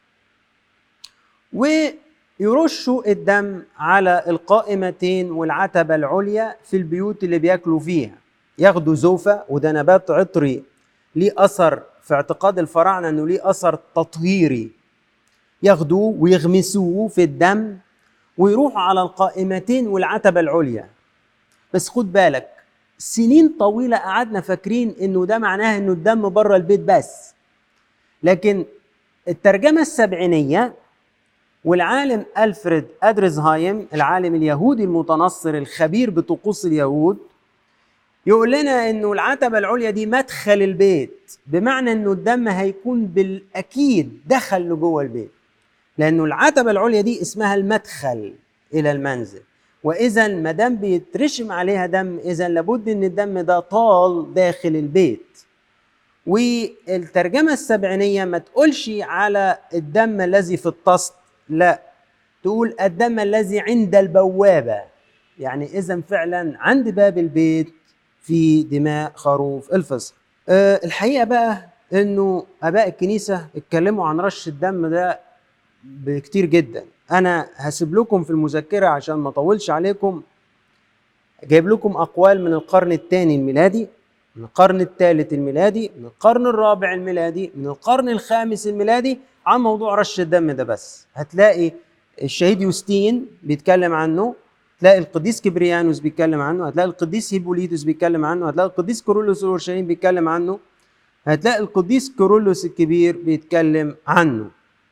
ويرشوا الدم على القائمتين والعتبة العليا في البيوت اللي بياكلوا فيها. ياخدوا زوفة، وده نبات عطري ليه أثر في اعتقاد الفراعنة أنه ليه أثر تطهيري. ياخدوه ويغمسوه في الدم ويروحوا على القائمتين والعتبة العليا. بس خد بالك، سنين طويلة قعدنا فاكرين انه ده معناه انه الدم بره البيت بس، لكن الترجمة السبعينية والعالم ألفريد أدرزهايم العالم اليهودي المتنصر الخبير بطقوس اليهود يقول لنا انه العتبة العليا دي مدخل البيت، بمعنى انه الدم هيكون بالأكيد دخل لجوه البيت، لأنه العتبة العليا دي اسمها المدخل إلى المنزل. وإذا ما دام بيترشم عليها دم، إذا لابد إن الدم ده طال داخل البيت. والترجمة السبعينية ما تقولش على الدم الذي في الطست، لا، تقول الدم الذي عند البوابة. يعني إذا فعلا عند باب البيت في دماء خروف الفصح. أه الحقيقة بقى إنه آباء الكنيسة اتكلموا عن رش الدم ده بكتير جدا. انا هسيب لكم في المذكره عشان ما اطولش عليكم، جايب لكم اقوال من القرن الثاني الميلادي، من القرن الثالث الميلادي، من القرن الرابع الميلادي، من القرن الخامس الميلادي عن موضوع رش الدم ده. بس هتلاقي الشهيد يوستين بيتكلم عنه، هتلاقي القديس كبريانوس بيتكلم عنه، هتلاقي القديس هيبوليتوس بيتكلم عنه، هتلاقي القديس كورولوس الاورشليم بيتكلم عنه، هتلاقي القديس كورولوس الكبير بيتكلم عنه.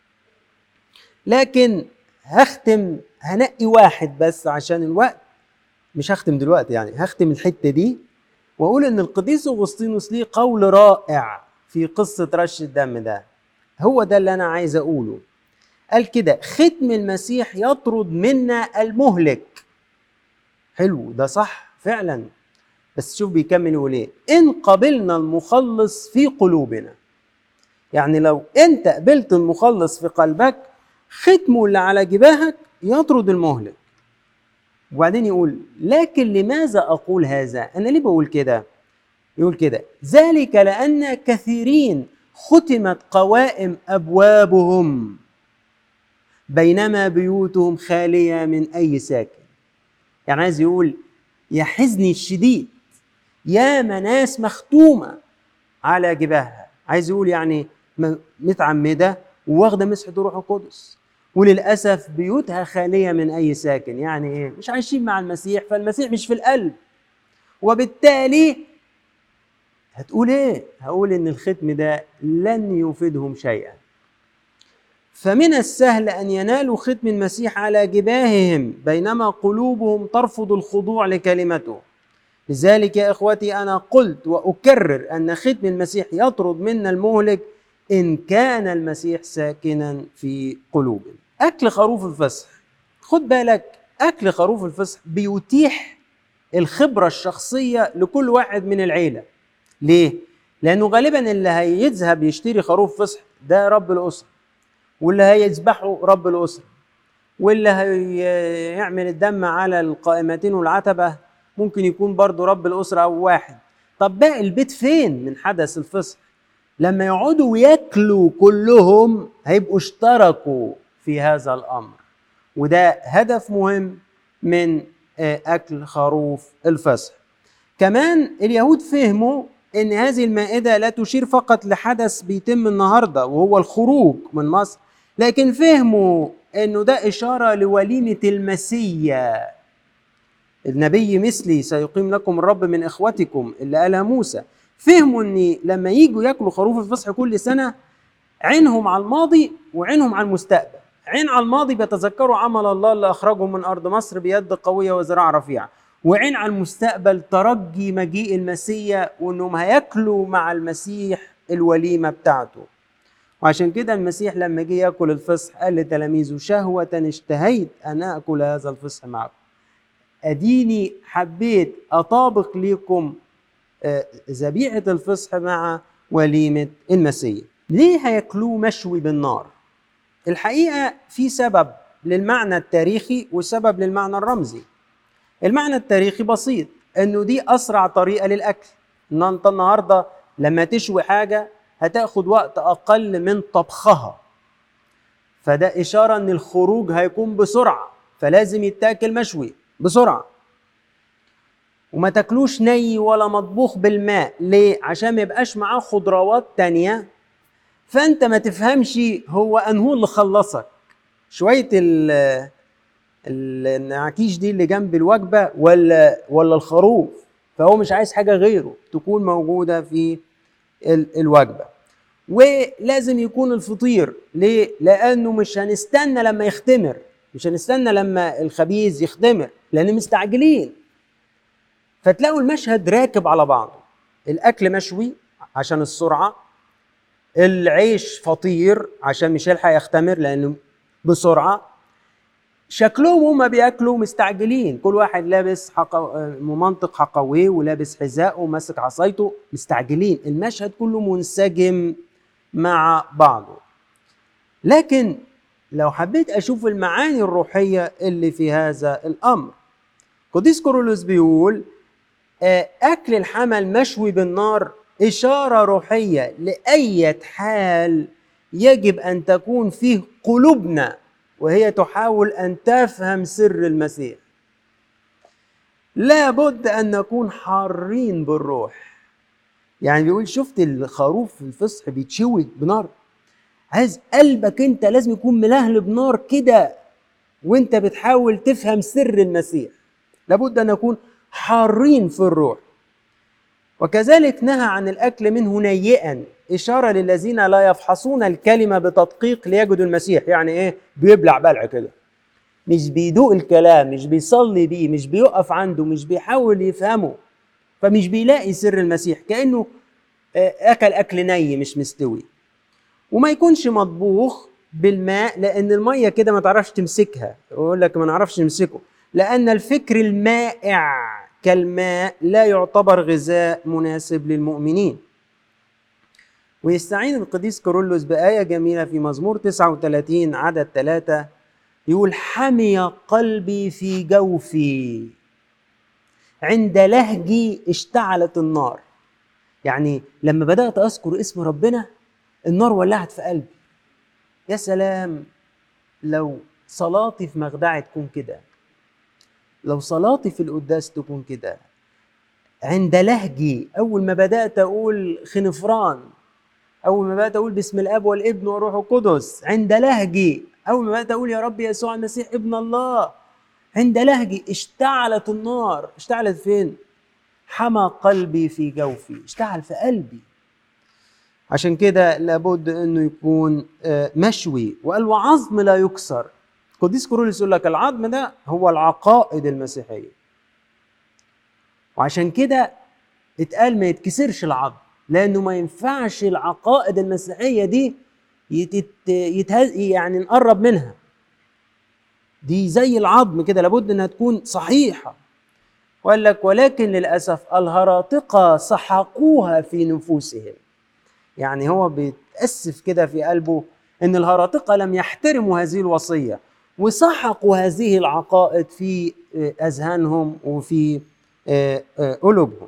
لكن هختم، هنقي واحد بس عشان الوقت، مش هختم دلوقتي يعني، هختم الحتة دي واقول ان القديس أغسطينوس ليه قول رائع في قصة رش الدم ده. هو ده اللي انا عايز اقوله. قال كده: ختم المسيح يطرد منا المهلك. حلو، ده صح فعلا، بس شوف بيكمل يقول ايه: ان قبلنا المخلص في قلوبنا. يعني لو انت قبلت المخلص في قلبك، ختمه اللي على جباهك يطرد المهلك. وبعدين يقول: لكن لماذا أقول هذا؟ أنا ليه بقول كده؟ يقول كده: ذلك لأن كثيرين ختمت قوائم أبوابهم بينما بيوتهم خالية من أي ساكن. يعني عايز يقول يا حزني الشديد، يا ناس مختومة على جباهها. عايز يقول يعني متعمدة وواخدة مسحة روح القدس، وللأسف بيوتها خالية من أي ساكن. يعني إيه؟ مش عايشين مع المسيح، فالمسيح مش في القلب، وبالتالي هتقول إيه؟ هقول إن الختم ده لن يفيدهم شيئا. فمن السهل أن ينالوا ختم المسيح على جباههم بينما قلوبهم ترفض الخضوع لكلمته. لذلك يا إخوتي أنا قلت وأكرر أن ختم المسيح يطرد منا المهلك إن كان المسيح ساكنا في قلوبنا. أكل خروف الفصح، خد بالك، أكل خروف الفصح بيتيح الخبرة الشخصية لكل واحد من العيلة. ليه؟ لأنه غالبا اللي هيذهب يشتري خروف فصح ده رب الأسرة، واللي هيذبحه رب الأسرة، واللي هيعمل الدم على القائمتين والعتبة ممكن يكون برضو رب الأسرة أو واحد. طب باقي البيت فين من حدث الفصح؟ لما يقعدوا وياكلوا كلهم هيبقوا اشتركوا في هذا الأمر، وده هدف مهم من أكل خروف الفصح. كمان اليهود فهموا إن هذه المائدة لا تشير فقط لحدث بيتم النهاردة وهو الخروج من مصر، لكن فهموا إنه ده إشارة لوليمة المسيا النبي مثلي سيقيم لكم الرب من إخوتكم اللي قالها موسى. فهموا ان لما يجوا ياكلوا خروف الفصح كل سنة عينهم على الماضي وعينهم على المستقبل. عين على الماضي بيتذكروا عمل الله اللي أخرجهم من أرض مصر بيد قوية وذراع رفيعة، وعين على المستقبل ترجي مجيء المسيح وانهم هياكلوا مع المسيح الوليمة بتاعته. وعشان كده المسيح لما جه ياكل الفصح قال لتلاميذه شهوة اشتهيت أن أكل هذا الفصح معكم. أديني حبيت أطابق لكم ذبيحة الفصح مع وليمة المسيح. ليه هياكلوه مشوي بالنار؟ الحقيقة في سبب للمعنى التاريخي وسبب للمعنى الرمزي. المعنى التاريخي بسيط، انه دي اسرع طريقة للاكل. ان انت النهاردة لما تشوي حاجة هتاخد وقت اقل من طبخها، فده اشارة ان الخروج هيكون بسرعة، فلازم يتاكل مشوي بسرعة. وما تاكلوش ني ولا مطبوخ بالماء. ليه؟ عشان ما يبقاش معاه خضروات تانية، فانت ما تفهمش هو انهو اللي خلصك، شوية ال النعاكيش دي اللي جنب الوجبة ولا ولا الخروف، فهو مش عايز حاجة غيره تكون موجودة في الوجبة. ولازم يكون الفطير. ليه؟ لأنه مش هنستنى لما يختمر، مش هنستنى لما الخبيز يختمر، لأن مستعجلين. فتلاقوا المشهد راكب على بعضه، الأكل مشوي عشان السرعة، العيش فطير عشان مش هيلحق يختمر لأنه بسرعة. شكلهم هما بياكلوا مستعجلين، كل واحد لابس حقو... ممنطق حقويه ولابس حذاءه وماسك عصايته، مستعجلين. المشهد كله منسجم مع بعضه. لكن لو حبيت اشوف المعاني الروحية اللي في هذا الامر، قديس كورولوس بيقول اكل الحمى المشوي بالنار اشارة روحية لأي حال يجب ان تكون فيه قلوبنا وهي تحاول أن تفهم سر المسيح. لا بد أن نكون حارين بالروح. يعني بيقول شفت الخروف في الفصح بيتشوي بنار، عايز قلبك أنت لازم يكون ملهل بنار كده وأنت بتحاول تفهم سر المسيح. لابد أن نكون حارين في الروح. وكذلك نهى عن الأكل منه نيئا، إشارة للذين لا يفحصون الكلمة بتدقيق ليجدوا المسيح. يعني إيه؟ بيبلع بلع كده، مش بيدوق الكلام، مش بيصلي بيه، مش بيقف عنده، مش بيحاول يفهمه، فمش بيلاقي سر المسيح، كأنه أكل أكل ني مش مستوي. وما يكونش مطبوخ بالماء، لأن المية كده ما تعرفش تمسكها، يقول لك ما نعرفش نمسكه، لأن الفكر المائع كالماء لا يعتبر غذاء مناسب للمؤمنين. ويستعين القديس كورولوس بآية جميلة في مزمور تسعة وثلاثين عدد ثلاثة، يقول حمي قلبي في جوفي عند لهجي اشتعلت النار. يعني لما بدأت أذكر اسم ربنا النار ولعت في قلبي. يا سلام لو صلاتي في مخدعي تكون كده، لو صلاتي في القداس تكون كده. عند لهجي، أول ما بدأت أقول خنفران، أول ما بدأت أقول باسم الآب والابن والروح القدس، عند لهجي أول ما بدأت أقول يا رب يسوع المسيح ابن الله، عند لهجي اشتعلت النار. اشتعلت فين؟ حمى قلبي في جوفي، اشتعل في قلبي. عشان كده لابد أنه يكون مشوي. وقال وعظم لا يكسر. قديس كورولوس يقول لك العظم ده هو العقائد المسيحية، وعشان كده اتقال ما يتكسرش العظم، لأنه ما ينفعش العقائد المسيحية دي يتت... يتهز... يعني نقرب منها. دي زي العظم كده، لابد أنها تكون صحيحة. وقال لك ولكن للأسف الهراطقة سحقوها في نفوسهم. يعني هو بيتأسف كده في قلبه أن الهراطقة لم يحترموا هذه الوصية وسحقوا هذه العقائد في أذهانهم وفي قلوبهم.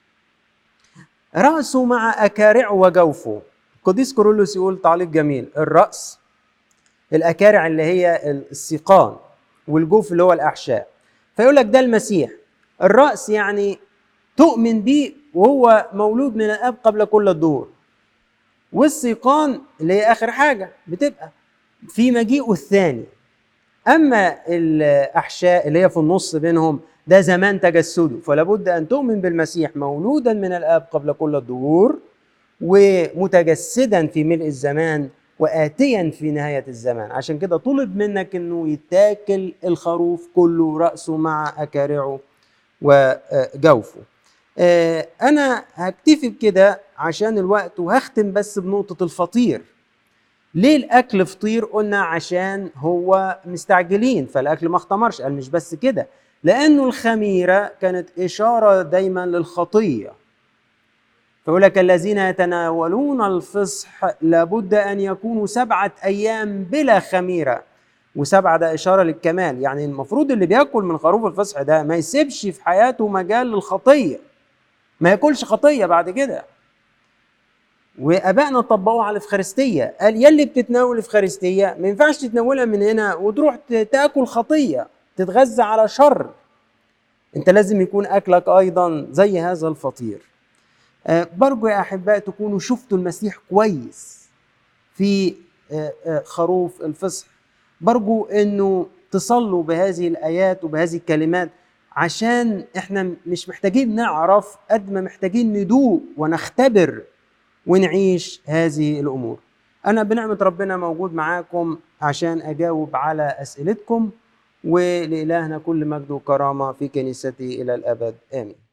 رأسه مع أكارع وجوفه. قديس كورولوس يقول تعليق جميل، الرأس الأكارع اللي هي السيقان والجوف اللي هو الأحشاء. فيقول لك ده المسيح. الرأس يعني تؤمن به وهو مولود من الأب قبل كل الدهور، والسيقان اللي هي آخر حاجة بتبقى في مجيئه الثاني. أما الأحشاء اللي هي في النص بينهم ده زمان تجسده، فلا بد أن تؤمن بالمسيح مولودا من الآب قبل كل الدهور، ومتجسدا في ملء الزمان، وآتيا في نهاية الزمان. عشان كده طلب منك أنه يتاكل الخروف كله رأسه مع أكارعه وجوفه. أنا هكتفي بكده عشان الوقت، وهختم بس بنقطة الفطير. ليه الأكل فطير؟ قلنا عشان هو مستعجلين فالأكل ما اختمرش. قال مش بس كده، لأنه الخميرة كانت إشارة دايما للخطية. فيقول لك الذين يتناولون الفصح لابد أن يكونوا سبعة أيام بلا خميرة، وسبعة ده إشارة للكمال. يعني المفروض اللي بيأكل من خروف الفصح ده ما يسيبش في حياته مجال للخطية، ما يأكلش خطية بعد كده. وابائنا طبقوها على الافخارستيه، قال يلي بتتناول الافخارستيه ما ينفعش تتناولها من هنا وتروح تاكل خطيه تتغذى على شر. انت لازم يكون اكلك ايضا زي هذا الفطير. أه برجو يا احباء تكونوا شفتوا المسيح كويس في أه أه خروف الفصح. برجو انه تصلوا بهذه الايات وبهذه الكلمات، عشان احنا مش محتاجين نعرف قد ما محتاجين ندوق ونختبر ونعيش هذه الأمور. أنا بنعمة ربنا موجود معاكم عشان أجاوب على أسئلتكم، ولإلهنا كل مجد وكرامة في كنيسته إلى الأبد، آمين.